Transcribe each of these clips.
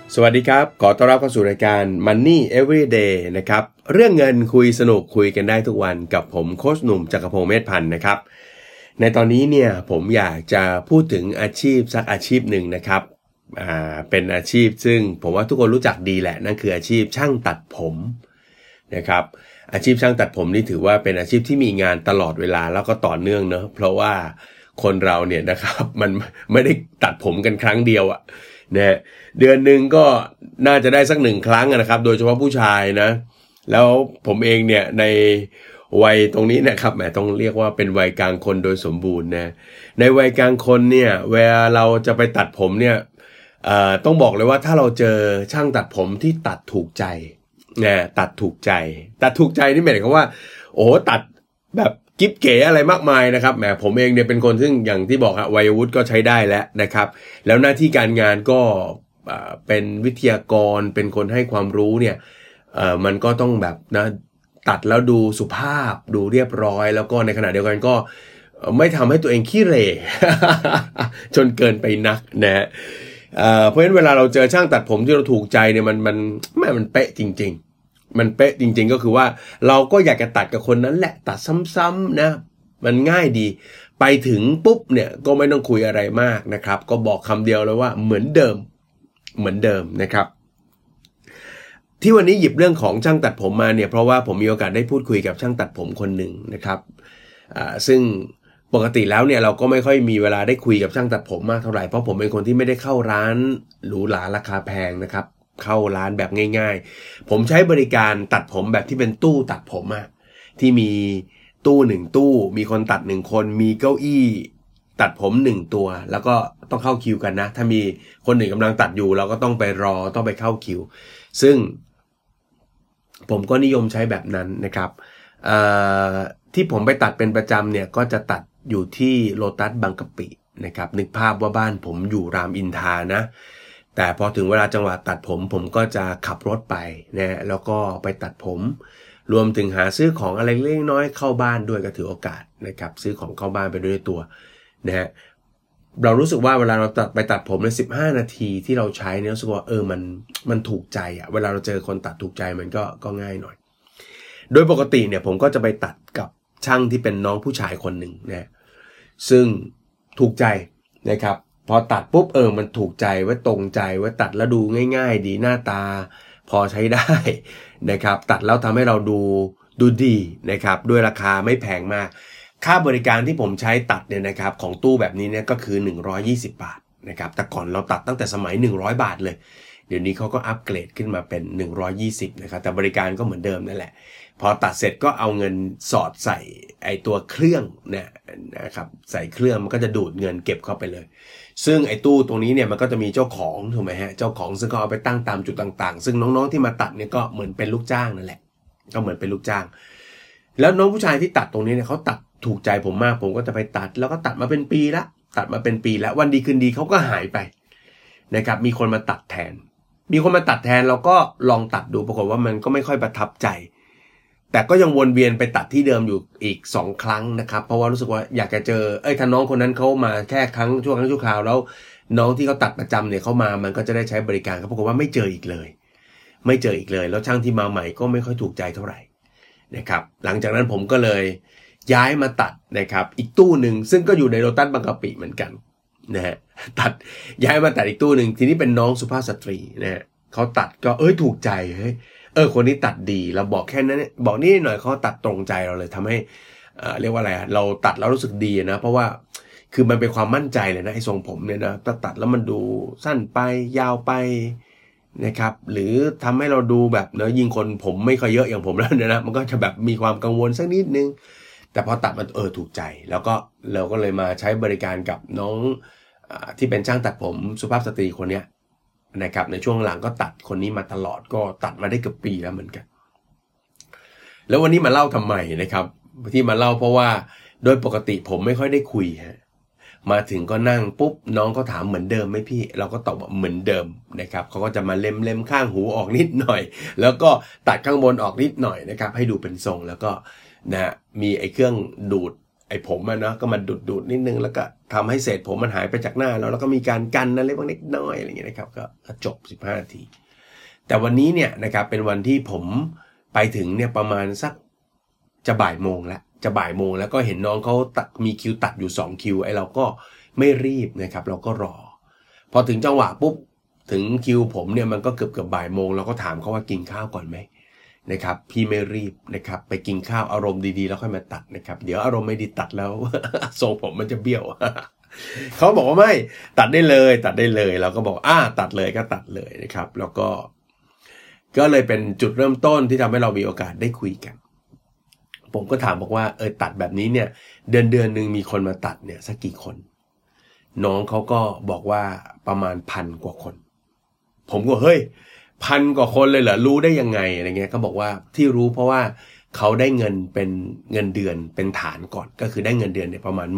สวัสดีครับขอต้อนรับเข้าสู่รายการ Money Everyday นะครับเรื่องเงินคุยสนุกคุยกันได้ทุกวันกับผมโค้ชหนุ่มจักรพงษ์เมธพันธ์นะครับในตอนนี้เนี่ยผมอยากจะพูดถึงอาชีพสักอาชีพหนึ่งนะครับเป็นอาชีพซึ่งผมว่าทุกคนรู้จักดีแหละนั่นคืออาชีพช่างตัดผมนะครับอาชีพช่างตัดผมนี่ถือว่าเป็นอาชีพที่มีงานตลอดเวลาแล้วก็ต่อเนื่องเนอะเพราะว่าคนเราเนี่ยนะครับมันไม่ได้ตัดผมกันครั้งเดียวอะนะเดือนหนึ่งก็น่าจะได้สัก1 ครั้งนะครับโดยเฉพาะผู้ชายนะแล้วผมเองเนี่ยในวัยตรงนี้นะครับแหมต้องเรียกว่าเป็นวัยกลางคนโดยสมบูรณ์นะในวัยกลางคนเนี่ยเวลาเราจะไปตัดผมเนี่ยต้องบอกเลยว่าถ้าเราเจอช่างตัดผมที่ตัดถูกใจนะตัดถูกใจนี่หมายความว่าโอ้ตัดแบบกิ๊บเก๋อะไรมากมายนะครับแหมผมเองเนี่ยเป็นคนซึ่งอย่างที่บอกครับวัยวุฒิก็ใช้ได้แล้วนะครับแล้วหน้าที่การงานก็เป็นวิทยากรเป็นคนให้ความรู้เนี่ยมันก็ต้องแบบนะตัดแล้วดูสุภาพดูเรียบร้อยแล้วก็ในขณะเดียวกันก็ไม่ทำให้ตัวเองขี้เหร่ จนเกินไปนักนะฮะเพราะฉะนั้นเวลาเราเจอช่างตัดผมที่เราถูกใจเนี่ยมันเป๊ะจริงๆมันเป๊ะจริงๆก็คือว่าเราก็อยากจะตัดกับคนนั้นแหละตัดซ้ำๆนะมันง่ายดีไปถึงปุ๊บเนี่ยก็ไม่ต้องคุยอะไรมากนะครับก็บอกคำเดียวเลยว่าเหมือนเดิมนะครับที่วันนี้หยิบเรื่องของช่างตัดผมมาเนี่ยเพราะว่าผมมีโอกาสได้พูดคุยกับช่างตัดผมคนหนึ่งนะครับซึ่งปกติแล้วเนี่ยเราก็ไม่ค่อยมีเวลาได้คุยกับช่างตัดผมมากเท่าไหร่เพราะผมเป็นคนที่ไม่ได้เข้าร้านหรูหราราคาแพงนะครับเข้าร้านแบบง่ายๆผมใช้บริการตัดผมแบบที่เป็นตู้ตัดผมอะที่มีตู้1ตู้มีคนตัด1คนมีเก้าอี้ตัดผม1ตัวแล้วก็ต้องเข้าคิวกันนะถ้ามีคนหนึ่งกำลังตัดอยู่เราก็ต้องไปรอต้องไปเข้าคิวซึ่งผมก็นิยมใช้แบบนั้นนะครับที่ผมไปตัดเป็นประจำเนี่ยก็จะตัดอยู่ที่โลตัสบางกะปินะครับนึกภาพว่าบ้านผมอยู่รามอินทรานะแต่พอถึงเวลาจังหวะตัดผมก็จะขับรถไปนะแล้วก็ไปตัดผมรวมถึงหาซื้อของอะไรเล็กน้อยเข้าบ้านด้วยก็ถือโอกาสนะครับซื้อของเข้าบ้านไปด้วยตัวนะฮะเรารู้สึกว่าเวลาเราไปตัดผมใน15 นาทีที่เราใช้เนี่ยรู้สึกว่ามันถูกใจอ่ะเวลาเราเจอคนตัดถูกใจมันก็ง่ายหน่อยโดยปกติเนี่ยผมก็จะไปตัดกับช่างที่เป็นน้องผู้ชายคนหนึ่งนะซึ่งถูกใจนะครับพอตัดปุ๊บมันถูกใจว่าตรงใจว่าตัดแล้วดูง่ายๆดีหน้าตาพอใช้ได้นะครับตัดแล้วทำให้เราดูดีนะครับด้วยราคาไม่แพงมากค่าบริการที่ผมใช้ตัดเนี่ยนะครับของตู้แบบนี้เนี่ยก็คือ120 บาทนะครับแต่ก่อนเราตัดตั้งแต่สมัย100 บาทเลยเดี๋ยวนี้เขาก็อัปเกรดขึ้นมาเป็น120นะครับแต่บริการก็เหมือนเดิมนั่นแหละพอตัดเสร็จก็เอาเงินสอดใส่ไอตัวเครื่องเนี่ยนะครับใส่เครื่องมันก็จะดูดเงินเก็บเข้าไปเลยซึ่งไอตู้ตรงนี้เนี่ยมันก็จะมีเจ้าของถูกไหมฮะเจ้าของซึ่งเขาเอาไปตั้งตามจุดต่างๆซึ่งน้องๆที่มาตัดเนี่ยก็เหมือนเป็นลูกจ้างนั่นแหละก็เหมือนเป็นลูกจ้างแล้วน้องผู้ชายที่ตัดตรงนี้เนี่ยเขาตัดถูกใจผมมากผมก็จะไปตัดแล้วก็ตัดมาเป็นปีละวันดีคืนดีเขาก็หายไปนะครับมีคนมาตัดแทนเราก็ลองตัดดูปรากฏว่ามันก็ไม่ค่อยประทับใจแต่ก็ยังวนเวียนไปตัดที่เดิมอยู่อีก2 ครั้งนะครับเพราะว่ารู้สึกว่าอยากจะเจอถ้าน้องคนนั้นเขามาแค่ครั้งชั่วคราวแล้วน้องที่เขาตัดประจำเนี่ยเขามามันก็จะได้ใช้บริการครับปรากฏว่าไม่เจออีกเลยแล้วช่างที่มาใหม่ก็ไม่ค่อยถูกใจเท่าไหร่นะครับหลังจากนั้นผมก็เลยย้ายมาตัดนะครับอีกตู้หนึ่งซึ่งก็อยู่ในโลตัสบางกะปิเหมือนกันนะฮะย้ายมาตัดอีกตู้หนึ่งทีนี้เป็นน้องสุภาพสตรีนะฮะเขาตัดก็ถูกใจคนนี้ตัดดีเราบอกแค่นั้นบอกนี่หน่อยเขาตัดตรงใจเราเลยทำให้เรียกว่าอะไรเราตัดแล้วรู้สึกดีนะเพราะว่าคือมันเป็นความมั่นใจเลยนะไอ้ทรงผมเนี่ยนะตัดแล้วมันดูสั้นไปยาวไปนะครับหรือทำให้เราดูแบบเนอะยิ่งคนผมไม่ค่อยเยอะอย่างผมแล้วเนี่ยนะมันก็จะแบบมีความกังวลสักนิดนึงแต่พอตัดมันถูกใจแล้วก็เราก็เลยมาใช้บริการกับน้องที่เป็นช่างตัดผมสุภาพสตรีคนเนี้ยนะครับในช่วงหลังก็ตัดคนนี้มาตลอดก็ตัดมาได้เกือบปีแล้วเหมือนกันแล้ววันนี้มาเล่าทำไมนะครับที่มาเล่าเพราะว่าโดยปกติผมไม่ค่อยได้คุยฮะมาถึงก็นั่งปุ๊บน้องเขาถามเหมือนเดิมไหมพี่เราก็ตอบว่าเหมือนเดิมนะครับเขาก็จะมาเล็มข้างหูออกนิดหน่อยแล้วก็ตัดข้างบนออกนิดหน่อยนะครับให้ดูเป็นทรงแล้วก็นะมีไอ้เครื่องดูดไอ้ผมเนาะก็มาดูดนิดนึงแล้วก็ทำให้เศษผมมันหายไปจากหน้าแล้วก็มีการกันอะไรบางเล็กน้อยอะไรอย่างเงี้ยนะครับก็จบ15 นาทีแต่วันนี้เนี่ยนะครับเป็นวันที่ผมไปถึงเนี่ยประมาณสักจะบ่ายโมงแล้วก็เห็นน้องเขามีคิวตัดอยู่2คิวไอ้เราก็ไม่รีบนะครับเราก็รอพอถึงจังหวะปุ๊บถึงคิวผมเนี่ยมันก็เกือบบ่ายโมงเราก็ถามเขาว่ากินข้าวก่อนไหมนะครับพี่ไม่รีบนะครับไปกินข้าวอารมณ์ดีๆแล้วค่อยมาตัดนะครับเดี๋ยวอารมณ์ไม่ดีตัดแล้ว ทรงผมมันจะเบี้ยว เขาบอกว่าไม่ตัดได้เลยเราก็บอกตัดเลยก็ตัดเลยนะครับแล้วก็เลยเป็นจุดเริ่มต้นที่ทำให้เรามีโอกาสได้คุยกันผมก็ถามบอกว่าตัดแบบนี้เนี่ยเดือนนึงมีคนมาตัดเนี่ยสักกี่คนน้องเขาก็บอกว่าประมาณ1,000 กว่าคนผมก็เฮ้ย1,000 กว่าคนเลยเหรอรู้ได้ยังไงอะไรเงี้ยเขาบอกว่าที่รู้เพราะว่าเขาได้เงินเป็นเงินเดือนเป็นฐานก่อนก็คือได้เงินเดือนเนี่ยประมาณ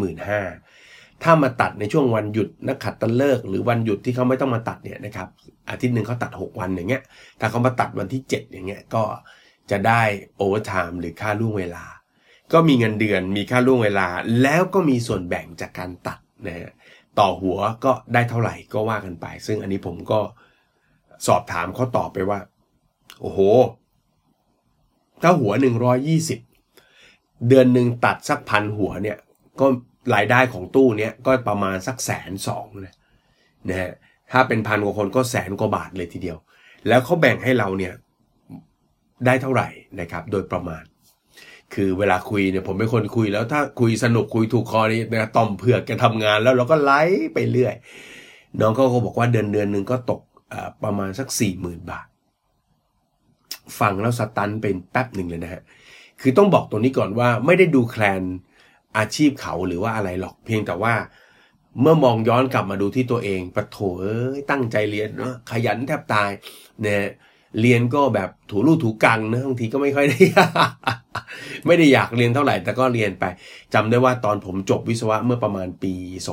15,000 ถ้ามาตัดในช่วงวันหยุดนักขัตฤกษ์หรือวันหยุดที่เขาไม่ต้องมาตัดเนี่ยนะครับอาทิตย์นึงเขาตัด6 วันอย่างเงี้ยถ้าเขามาตัดวันที่7อย่างเงี้ยก็จะได้โอเวอร์ไทม์หรือค่าล่วงเวลาก็มีเงินเดือนมีค่าล่วงเวลาแล้วก็มีส่วนแบ่งจากการตัดนะฮะต่อหัวก็ได้เท่าไหร่ก็ว่ากันไปซึ่งอันนี้ผมก็สอบถามเขาตอบไปว่าโอ้โหถ้าหัว120เดือนนึงตัดสัก1,000 หัวเนี่ยก็รายได้ของตู้เนี้ยก็ประมาณสัก120,000นะฮะถ้าเป็น1,000 กว่าคนก็100,000 กว่าบาทเลยทีเดียวแล้วเขาแบ่งให้เราเนี่ยได้เท่าไหร่นะครับโดยประมาณคือเวลาคุยเนี่ยผมเป็นคนคุยแล้วถ้าคุยสนุกคุยถูกคอนี่นะต่อมเผือกแกทำงานแล้วเราก็ไล่ไปเรื่อยน้องเขาบอกว่าเดือนนึงก็ตกประมาณสัก 40,000 บาทฟังแล้วสตันเป็นแป๊บหนึ่งเลยนะฮะคือต้องบอกตัวนี้ก่อนว่าไม่ได้ดูแคลนอาชีพเขาหรือว่าอะไรหรอกเพียงแต่ว่าเมื่อมองย้อนกลับมาดูที่ตัวเองปะโถตั้งใจเรียนเนาะขยันแทบตายเนี่ยเรียนก็แบบถูลู่ถูกังนะบางทีก็ไม่ค่อยได้ ไม่ได้อยากเรียนเท่าไหร่แต่ก็เรียนไปจำได้ว่าตอนผมจบวิศวะเมื่อประมาณปี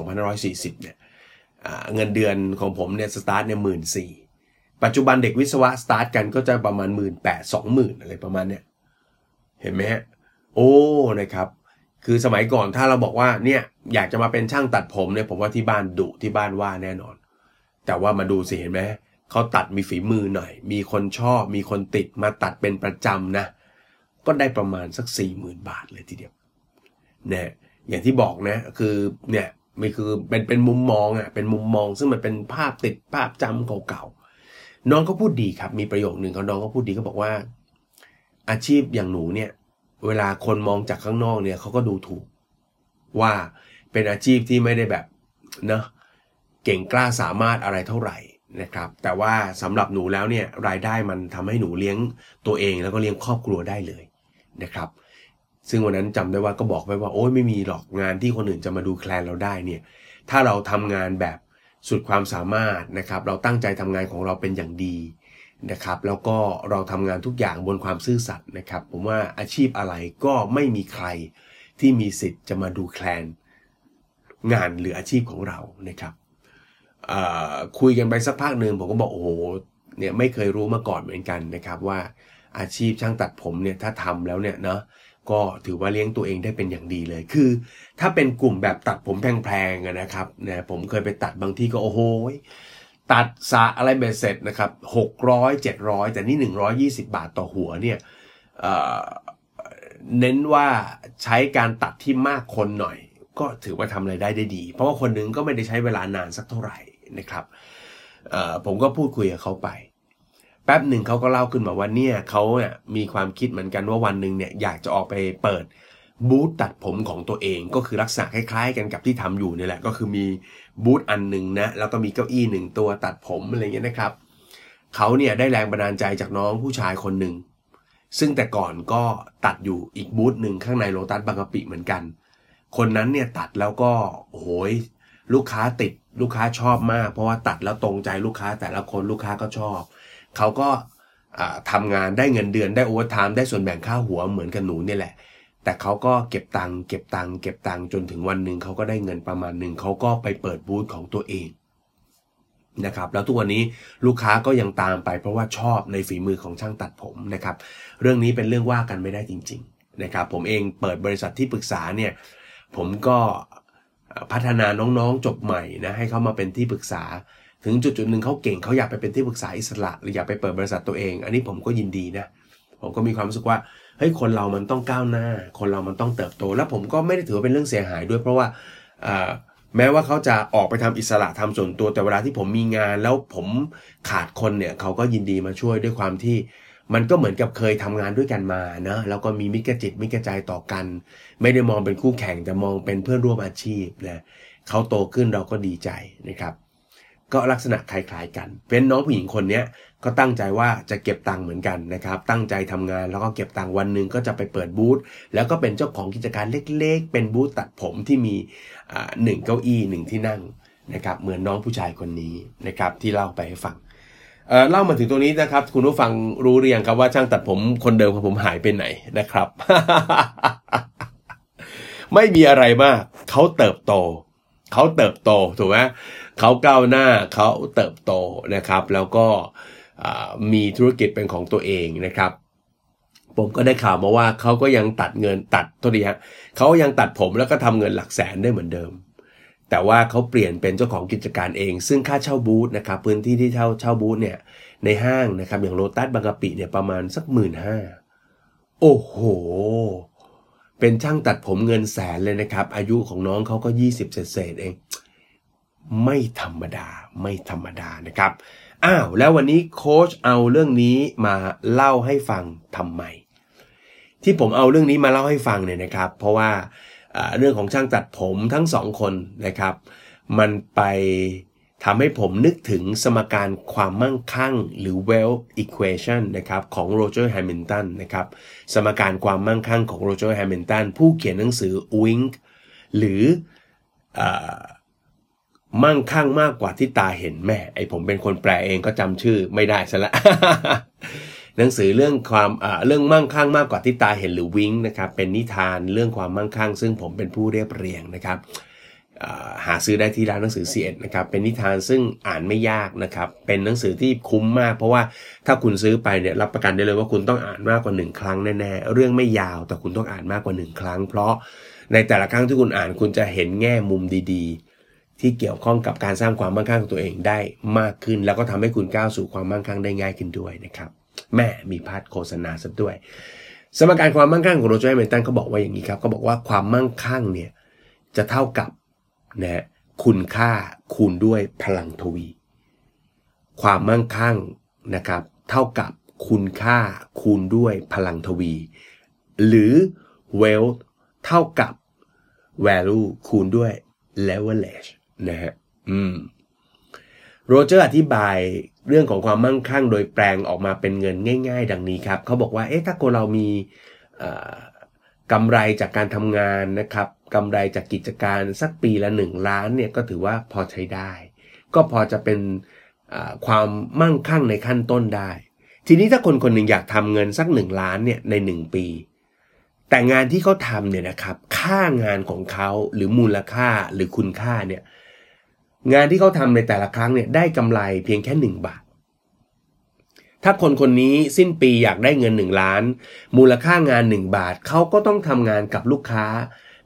2540เนี่ยเงินเดือนของผมเนี่ยสตาร์ทเนี่ย 14,000 ปัจจุบันเด็กวิศวะสตาร์ทกันก็จะประมาณ 18,000 20,000 อะไรประมาณเนี้ยเห็นไหมฮะโอ้นะครับคือสมัยก่อนถ้าเราบอกว่าเนี่ยอยากจะมาเป็นช่างตัดผมเนี่ยผมว่าที่บ้านดุที่บ้านว่าแน่นอนแต่ว่ามาดูสิเห็นไหมเขาตัดมีฝีมือหน่อยมีคนชอบมีคนติดมาตัดเป็นประจำนะก็ได้ประมาณสัก 40,000 บาทเลยทีเดียวเนี่ยอย่างที่บอกนะคือเนี่ยมันคือเป็นมุมมองเป็นมุมมองซึ่งมันเป็นภาพติดภาพจำเก่าๆน้องเขาพูดดีครับมีประโยคนึงเขาน้องเขาพูดดีเขาบอกว่าอาชีพอย่างหนูเนี่ยเวลาคนมองจากข้างนอกเนี่ยเขาก็ดูถูกว่าเป็นอาชีพที่ไม่ได้แบบเนาะเก่งกล้าสามารถอะไรเท่าไหร่นะครับแต่ว่าสำหรับหนูแล้วเนี่ยรายได้มันทำให้หนูเลี้ยงตัวเองแล้วก็เลี้ยงครอบครัวได้เลยนะครับซึ่งวันนั้นจำได้ว่าก็บอกไปว่าโอ้ยไม่มีหรอกงานที่คนอื่นจะมาดูแคลนเราได้เนี่ยถ้าเราทำงานแบบสุดความสามารถนะครับเราตั้งใจทำงานของเราเป็นอย่างดีนะครับแล้วก็เราทำงานทุกอย่างบนความซื่อสัตย์นะครับผมว่าอาชีพอะไรก็ไม่มีใครที่มีสิทธิ์จะมาดูแคลนงานหรืออาชีพของเรานะครับคุยกันไปสักพักหนึ่งผมก็บอกโอ้โหเนี่ยไม่เคยรู้มาก่อนเหมือนกันนะครับว่าอาชีพช่างตัดผมเนี่ยถ้าทำแล้วเนี่ยเนาะก็ถือว่าเลี้ยงตัวเองได้เป็นอย่างดีเลยคือถ้าเป็นกลุ่มแบบตัดผมแพงๆนะครับเนี่ยผมเคยไปตัดบางที่ก็โอ้โหตัดสระอะไรเบ็ดเสร็จนะครับ600 700แต่นี่120 บาทต่อหัวเนี่ยเน้นว่าใช้การตัดที่มากคนหน่อยก็ถือว่าทำรายได้ได้ดีเพราะว่าคนนึงก็ไม่ได้ใช้เวลานานสักเท่าไหร่นะครับผมก็พูดคุยกับเขาไปแป๊บหนึ่งเขาก็เล่าขึ้นมาว่าเนี่ยเขาเนี่ยมีความคิดเหมือนกันว่าวันหนึ่งเนี่ยอยากจะออกไปเปิดบูธตัดผมของตัวเองก็คือลักษณะคล้ายๆกันกับที่ทำอยู่นี่แหละก็คือมีบูธอันหนึ่งนะแล้วก็มีเก้าอี้1 ตัวตัดผมอะไรเงี้ยนะครับเขาเนี่ยได้แรงบันดาลใจจากน้องผู้ชายคนหนึ่งซึ่งแต่ก่อนก็ตัดอยู่อีกบูธหนึ่งข้างในโลตัสบางกะปิเหมือนกันคนนั้นเนี่ยตัดแล้วก็โหยลูกค้าติดลูกค้าชอบมากเพราะว่าตัดแล้วตรงใจลูกค้าแต่ละคนลูกค้าก็ชอบเขาก็ทำงานได้เงินเดือนได้โอเวอร์ไทม์ได้ส่วนแบ่งค่าหัวเหมือนกับหนูนี่แหละแต่เขาก็เก็บตังค์จนถึงวันหนึ่งเขาก็ได้เงินประมาณหนึ่งเขาก็ไปเปิดบูธของตัวเองนะครับแล้วทุกวันนี้ลูกค้าก็ยังตามไปเพราะว่าชอบในฝีมือของช่างตัดผมนะครับเรื่องนี้เป็นเรื่องว่ากันไม่ได้จริงๆนะครับผมเองเปิดบริษัทที่ปรึกษาเนี่ยผมก็พัฒนาน้องๆจบใหม่นะให้เขามาเป็นที่ปรึกษาถึงจุดหนึ่งเขาเก่งเขาอยากไปเป็นที่ปรึกษาอิสระหรืออยากไปเปิดบริษัทตัวเองอันนี้ผมก็ยินดีนะผมก็มีความรู้สึกว่าเฮ้ยคนเรามันต้องก้าวหน้าคนเรามันต้องเติบโตแล้วผมก็ไม่ได้ถือว่าเป็นเรื่องเสียหายด้วยเพราะว่าแม้ว่าเขาจะออกไปทำอิสระทำส่วนตัวแต่เวลาที่ผมมีงานแล้วผมขาดคนเนี่ยเขาก็ยินดีมาช่วยด้วยความที่มันก็เหมือนกับเคยทำงานด้วยกันมานะแล้วก็มีมิตรจิตมิตรใจต่อกันไม่ได้มองเป็นคู่แข่งแต่มองเป็นเพื่อนร่วมอาชีพนะเขาโตขึ้นเราก็ดีใจนะครับก็ลักษณะคล้ายๆกันเป็นน้องผู้หญิงคนนี้ก็ตั้งใจว่าจะเก็บตังค์เหมือนกันนะครับตั้งใจทำงานแล้วก็เก็บตังค์วันหนึ่งก็จะไปเปิดบูธแล้วก็เป็นเจ้าของกิจการเล็กๆเป็นบูธตัดผมที่มี1เก้าอี้1ที่นั่งนะครับเหมือนน้องผู้ชายคนนี้นะครับที่เล่าไปให้ฟังเล่ามาถึงตรงนี้นะครับคุณผู้ฟังรู้หรือยังครับว่าช่างตัดผมคนเดิมของผมหายไปไหนนะครับ ไม่มีอะไรมากเขาเติบโตถูกไหมเขาก้าวหน้าเขาเติบโตนะครับแล้วก็มีธุรกิจเป็นของตัวเองนะครับผมก็ได้ข่าวมาว่าเขาก็ยังตัดเงินตัวนี้ฮะเขายังตัดผมแล้วก็ทำเงินหลักแสนได้เหมือนเดิมแต่ว่าเขาเปลี่ยนเป็นเจ้าของกิจการเองซึ่งค่าเช่าบูธนะครับพื้นที่ที่เช่าบูธเนี่ยในห้างนะครับอย่างโลตัสบางกะปิเนี่ยประมาณสัก 15,000 โอ้โหเป็นช่างตัดผมเงินแสนเลยนะครับอายุของน้องเขาก็20เศษเองไม่ธรรมดานะครับแล้ววันนี้โค้ชเอาเรื่องนี้มาเล่าให้ฟังทำไมที่ผมเอาเรื่องนี้มาเล่าให้ฟังเนี่ยนะครับเพราะว่าเรื่องของช่างตัดผมทั้ง2คนนะครับมันไปทำให้ผมนึกถึงสมการความมั่งคั่งหรือ wealth equation นะครับของโรเจอร์แฮมิลตันนะครับสมการความมั่งคั่งของโรเจอร์แฮมิลตันผู้เขียนหนังสือ Wink หรือมั่งคั่งมากกว่าที่ตาเห็นแม่ผมเป็นคนแปลเองก็จำชื่อไม่ได้ซะละ หนังสือเรื่องเรื่องมั่งคั่งมากกว่าที่ตาเห็นหรือวิงนะครับเป็นนิทานเรื่องความมั่งคั่งซึ่งผมเป็นผู้เรียบเรียงนะครับหาซื้อได้ที่ร้านหนังสือ C1 นะครับเป็นนิทานซึ่งอ่านไม่ยากนะครับเป็นหนังสือที่คุ้มมากเพราะว่าถ้าคุณซื้อไปเนี่ยรับประกันได้เลยว่าคุณต้องอ่านมากกว่า1ครั้งแน่ๆเรื่องไม่ยาวแต่คุณต้องอ่านมากกว่า1ครั้งเพราะในแต่ละครั้งที่คุณอ่านคุณจะเห็นแง่มุมดีๆที่เกี่ยวข้องกับการสร้างความมั่งคั่งของตัวเองได้มากขึ้นแล้วก็ทำให้คุณก้าวสู่ความมั่งคั่งได้ง่ายขึ้นด้วยนะครับแม่มีพาร์ทโฆษณาซะด้วยสมการความมั่งคั่งของโรเจอร์แฮมิลตันเขาบอกว่าอย่างนี้ครับเขาบอกว่าความมั่งคั่งเนี่ยจะเท่ากับนะคุณค่าคูณด้วยพลังทวีความมั่งคั่งนะครับเท่ากับคุณค่าคูณด้วยพลังทวีหรือ wealth เท่ากับ value คูณด้วย leverage นะฮะโรเจอร์อธิบายเรื่องของความมั่งคั่งโดยแปลงออกมาเป็นเงินง่ายๆดังนี้ครับเขาบอกว่าถ้าคนเรามีกำไรจากการทำงานนะครับกำไรจากกิจการสักปีละ1 ล้านเนี่ยก็ถือว่าพอใช้ได้ก็พอจะเป็นความมั่งคั่งในขั้นต้นได้ทีนี้ถ้าคนคนหนึ่งอยากทำเงินสัก1 ล้านเนี่ยใน1 ปีแต่งานที่เขาทำเนี่ยนะครับค่างานของเขาหรือมูลค่าหรือคุณค่าเนี่ยงานที่เขาทำในแต่ละครั้งเนี่ยได้กำไรเพียงแค่1 บาทถ้าคนคนนี้สิ้นปีอยากได้เงิน1 ล้านมูลค่างาน1 บาทเขาก็ต้องทำงานกับลูกค้า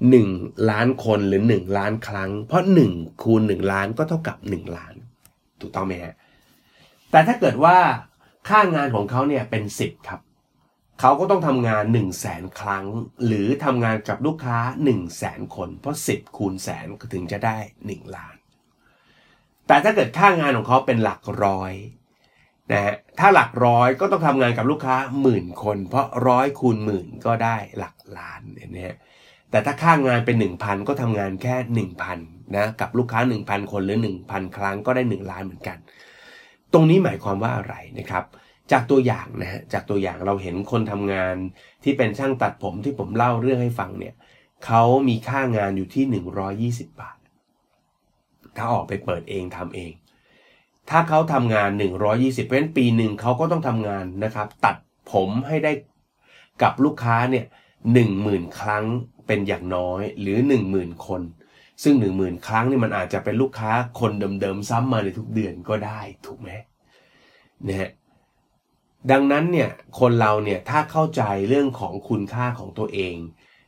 1 ล้านคนหรือ1 ล้านครั้งเพราะ1คูณ1 ล้านก็เท่ากับ1 ล้านถูกต้องไหมฮะแต่ถ้าเกิดว่าค่างานของเขาเนี่ยเป็น10ครับเขาก็ต้องทำงาน100,000 ครั้งหรือทำงานกับลูกค้า100,000 คนเพราะ10คูณแสนก็ถึงจะได้1 ล้านแต่ถ้าเกิดค่างานของเขาเป็นหลักร้อยนะฮะถ้าหลักร้อยก็ต้องทำงานกับลูกค้า10,000 คนเพราะ100คูณ10,000ก็ได้หลักล้านนะฮะแต่ถ้าค่างานเป็น 1,000 ก็ทำงานแค่ 1,000 นะกับลูกค้า 1,000 คนหรือ 1,000 ครั้งก็ได้1 ล้านเหมือนกันตรงนี้หมายความว่าอะไรนะครับจากตัวอย่างนะฮะจากตัวอย่างเราเห็นคนทำงานที่เป็นช่างตัดผมที่ผมเล่าเรื่องให้ฟังเนี่ยเขามีค่างานอยู่ที่120 บาทถ้าออกไปเปิดเองทำเองถ้าเขาทำงาน120เพราะฉะนั้นปีหนึ่งเขาก็ต้องทำงานนะครับตัดผมให้ได้กับลูกค้าเนี่ย 10,000 ครั้งเป็นอย่างน้อยหรือ 10,000 คนซึ่ง 10,000 ครั้งนี่มันอาจจะเป็นลูกค้าคนเดิมๆซ้ำมาในทุกเดือนก็ได้ถูกไหมนะฮะดังนั้นเนี่ยคนเราเนี่ยถ้าเข้าใจเรื่องของคุณค่าของตัวเอง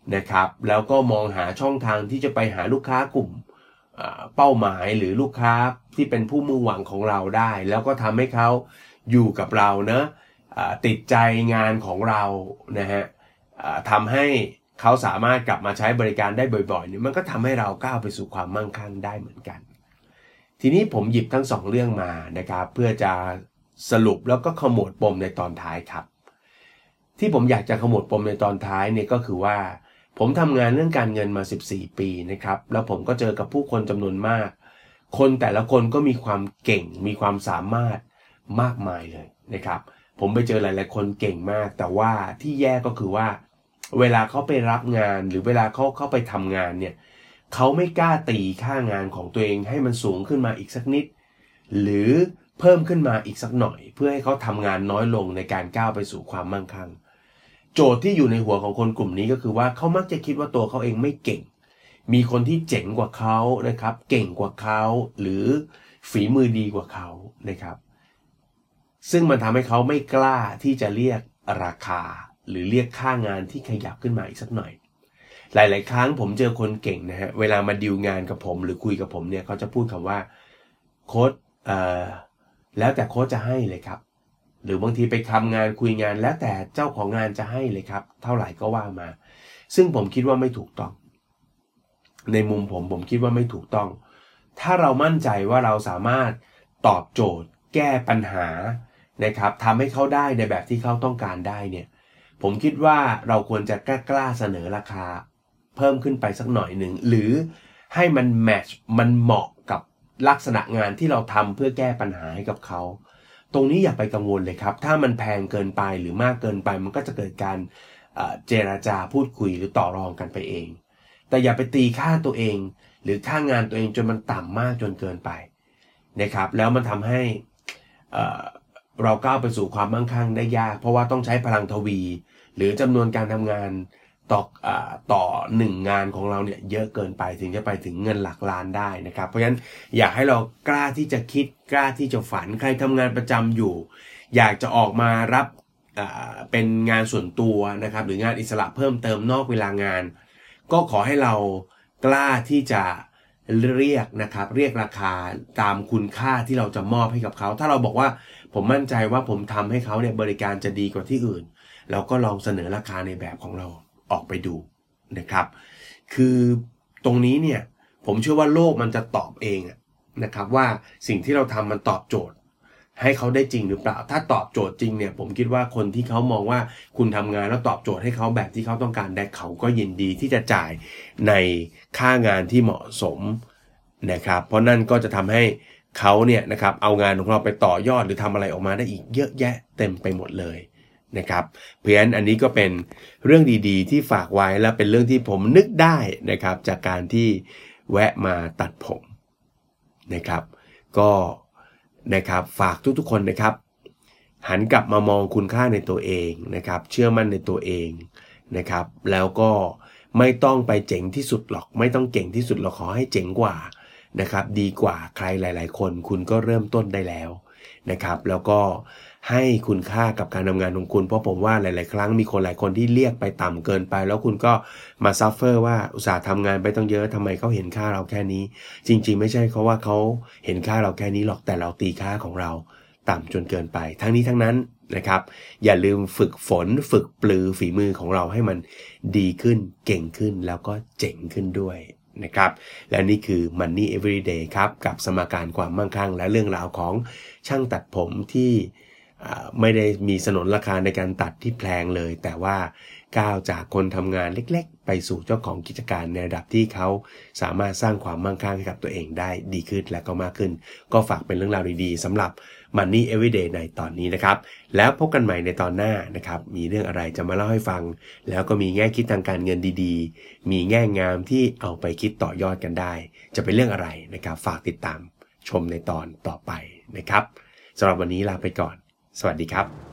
นะครับแล้วก็มองหาช่องทางที่จะไปหาลูกค้ากลุ่มเป้าหมายหรือลูกค้าที่เป็นผู้มุ่งหวังของเราได้แล้วก็ทำให้เขาอยู่กับเรานะติดใจงานของเรานะฮะทำให้เขาสามารถกลับมาใช้บริการได้บ่อยๆนี่มันก็ทำให้เราก้าวไปสู่ความมั่งคั่งได้เหมือนกันทีนี้ผมหยิบทั้ง2เรื่องมานะครับเพื่อจะสรุปแล้วก็ขมวดปมในตอนท้ายครับที่ผมอยากจะขมวดปมในตอนท้ายเนี่ยก็คือว่าผมทำงานเรื่องการเงินมา14ปีนะครับแล้วผมก็เจอกับผู้คนจำนวนมากคนแต่ละคนก็มีความเก่งมีความสามารถมากมายเลยนะครับผมไปเจอหลายๆคนเก่งมากแต่ว่าที่แย่ก็คือว่าเวลาเขาไปรับงานหรือเวลาเขาเข้าไปทำงานเนี่ยเขาไม่กล้าตีค่างานของตัวเองให้มันสูงขึ้นมาอีกสักนิดหรือเพิ่มขึ้นมาอีกสักหน่อยเพื่อให้เขาทำงานน้อยลงในการก้าวไปสู่ความมั่งคั่งโจทย์ที่อยู่ในหัวของคนกลุ่มนี้ก็คือว่าเขามักจะคิดว่าตัวเขาเองไม่เก่งมีคนที่เจ๋งกว่าเขานะครับเก่งกว่าเขาหรือฝีมือดีกว่าเขานะครับซึ่งมันทำให้เขาไม่กล้าที่จะเรียกราคาหรือเรียกค่างานที่ขยับขึ้นมาอีกสักหน่อยหลายๆครั้งผมเจอคนเก่งนะฮะเวลามาดีลงานกับผมหรือคุยกับผมเนี่ยเขาจะพูดคำว่าโค้ชแล้วแต่โค้ชจะให้เลยครับหรือบางทีไปทำงานคุยงานแล้วแต่เจ้าของงานจะให้เลยครับเท่าไหร่ก็ว่ามาซึ่งผมคิดว่าไม่ถูกต้องในมุมผมคิดว่าไม่ถูกต้องถ้าเรามั่นใจว่าเราสามารถตอบโจทย์แก้ปัญหานะครับทำให้เขาได้ในแบบที่เขาต้องการได้เนี่ยผมคิดว่าเราควรจะกล้าเสนอราคาเพิ่มขึ้นไปสักหน่อยหนึ่งหรือให้มันแมทช์มันเหมาะกับลักษณะงานที่เราทำเพื่อแก้ปัญหาให้กับเขาตรงนี้อย่าไปกังวลเลยครับถ้ามันแพงเกินไปหรือมากเกินไปมันก็จะเกิดการเจรจาพูดคุยหรือต่อรองกันไปเองแต่อย่าไปตีค่าตัวเองหรือค่างานตัวเองจนมันต่ำมากจนเกินไปนะครับแล้วมันทำให้เราก้าวไปสู่ความมั่งคั่งได้ยากเพราะว่าต้องใช้พลังทวีหรือจำนวนการทำงานต่อ1งานของเราเนี่ยเยอะเกินไปถึงจะไปถึงเงินหลักล้านได้นะครับเพราะฉะนั้นอยากให้เรากล้าที่จะคิดกล้าที่จะฝันใครทำงานประจำอยู่อยากจะออกมารับเป็นงานส่วนตัวนะครับหรืองานอิสระเพิ่มเติมนอกเวลางานก็ขอให้เรากล้าที่จะเรียกนะครับเรียกราคาตามคุณค่าที่เราจะมอบให้กับเขาถ้าเราบอกว่าผมมั่นใจว่าผมทำให้เขาเนี่ยบริการจะดีกว่าที่อื่นเราก็ลองเสนอราคาในแบบของเราออกไปดูนะครับคือตรงนี้เนี่ยผมเชื่อว่าโลกมันจะตอบเองนะครับว่าสิ่งที่เราทำมันตอบโจทย์ให้เขาได้จริงหรือเปล่าถ้าตอบโจทย์จริงเนี่ยผมคิดว่าคนที่เขามองว่าคุณทำงานแล้วตอบโจทย์ให้เขาแบบที่เขาต้องการได้เขาก็ยินดีที่จะจ่ายในค่างานที่เหมาะสมนะครับเพราะนั่นก็จะทำให้เขาเนี่ยนะครับเอางานของเราไปต่อยอดหรือทำอะไรออกมาได้อีกเยอะแยะเต็มไปหมดเลยนะครับเพราะฉะนั้นอันนี้ก็เป็นเรื่องดีๆที่ฝากไว้และเป็นเรื่องที่ผมนึกได้นะครับจากการที่แวะมาตัดผมนะครับก็นะครับฝากทุกๆคนนะครับหันกลับมามองคุณค่าในตัวเองนะครับเชื่อมั่นในตัวเองนะครับแล้วก็ไม่ต้องไปเจ๋งที่สุดหรอกไม่ต้องเก่งที่สุดหรอกขอให้เจ๋งกว่านะครับดีกว่าใครหลายๆคนคุณก็เริ่มต้นได้แล้วนะครับแล้วก็ให้คุณค่ากับการทำงานของคุณเพราะผมว่าหลายๆครั้งมีคนหลายคนที่เรียกไปต่ำเกินไปแล้วคุณก็มาซัฟเฟอร์ว่าอุตส่าห์ทำงานไปต้องเยอะทำไมเขาเห็นค่าเราแค่นี้จริงๆไม่ใช่เขาว่าเขาเห็นค่าเราแค่นี้หรอกแต่เราตีค่าของเราต่ำจนเกินไปทั้งนี้ทั้งนั้นนะครับอย่าลืมฝึกฝนฝึกปลือฝีมือของเราให้มันดีขึ้นเก่งขึ้นแล้วก็เจ๋งขึ้นด้วยนะครับและนี่คือ Money Everyday ครับกับสมการความมั่งคั่งและเรื่องราวของช่างตัดผมที่ไม่ได้มีสนนราคาในการตัดที่แพงเลยแต่ว่าก้าวจากคนทำงานเล็กๆไปสู่เจ้าของกิจการในระดับที่เขาสามารถสร้างความมั่งคั่งให้กับตัวเองได้ดีขึ้นและก็มากขึ้นก็ฝากเป็นเรื่องราวดีๆสำหรับ Money Everyday ในตอนนี้นะครับแล้วพบกันใหม่ในตอนหน้านะครับมีเรื่องอะไรจะมาเล่าให้ฟังแล้วก็มีแง่คิดทางการเงินดีๆมีแง่งามที่เอาไปคิดต่อยอดกันได้จะเป็นเรื่องอะไรนะครับฝากติดตามชมในตอนต่อไปนะครับสำหรับวันนี้ลาไปก่อนสวัสดีครับ